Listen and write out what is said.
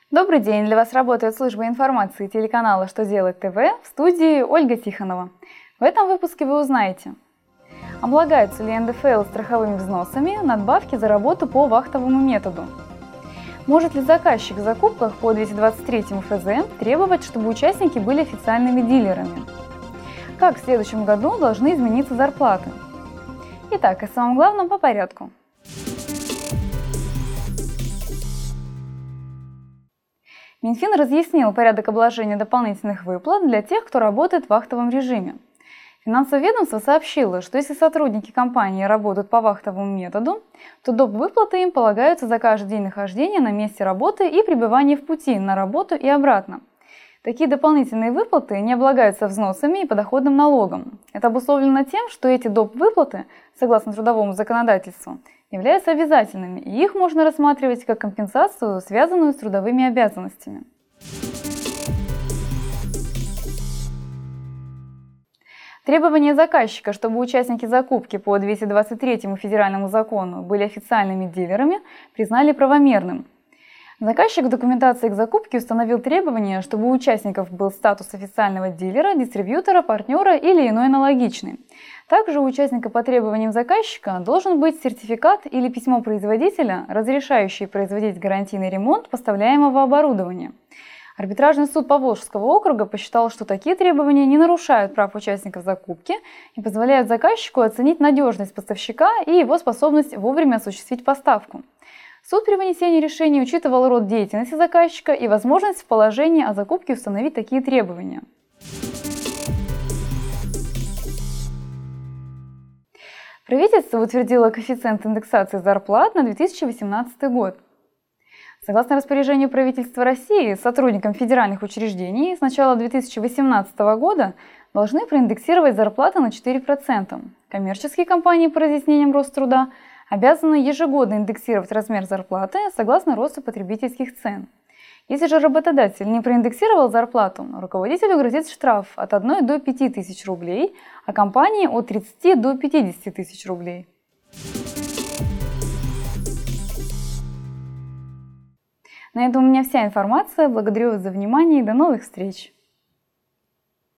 Добрый день! Для вас работает служба информации телеканала «Что делать ТВ», в студии Ольга Тихонова. В этом выпуске вы узнаете: облагаются ли НДФЛ страховыми взносами надбавки за работу по вахтовому методу? Может ли заказчик в закупках по 223 ФЗ требовать, чтобы участники были официальными дилерами? Как в следующем году должны измениться зарплаты? Итак, о самом главном по порядку. Минфин разъяснил порядок обложения дополнительных выплат для тех, кто работает в вахтовом режиме. Финансовое ведомство сообщило, что если сотрудники компании работают по вахтовому методу, то доп. Выплаты им полагаются за каждый день нахождения на месте работы и пребывания в пути на работу и обратно. Такие дополнительные выплаты не облагаются взносами и подоходным налогом. Это обусловлено тем, что эти доп. Выплаты, согласно трудовому законодательству, являются обязательными, и их можно рассматривать как компенсацию, связанную с трудовыми обязанностями. Требование заказчика, чтобы участники закупки по 223 федеральному закону были официальными дилерами, признали правомерным. Заказчик в документации к закупке установил требование, чтобы у участников был статус официального дилера, дистрибьютора, партнера или иной аналогичный. Также у участника по требованиям заказчика должен быть сертификат или письмо производителя, разрешающий производить гарантийный ремонт поставляемого оборудования. Арбитражный суд Поволжского округа посчитал, что такие требования не нарушают прав участников закупки и позволяют заказчику оценить надежность поставщика и его способность вовремя осуществить поставку. Суд при вынесении решения учитывал род деятельности заказчика и возможность в положении о закупке установить такие требования. Правительство утвердило коэффициент индексации зарплат на 2018 год. Согласно распоряжению правительства России, сотрудникам федеральных учреждений с начала 2018 года должны проиндексировать зарплаты на 4%. Коммерческие компании по разъяснениям Роструда обязаны ежегодно индексировать размер зарплаты согласно росту потребительских цен. Если же работодатель не проиндексировал зарплату, руководителю грозит штраф от 1 до 5 тысяч рублей, а компании от 30 до 50 тысяч рублей. На этом у меня вся информация. Благодарю вас за внимание и до новых встреч!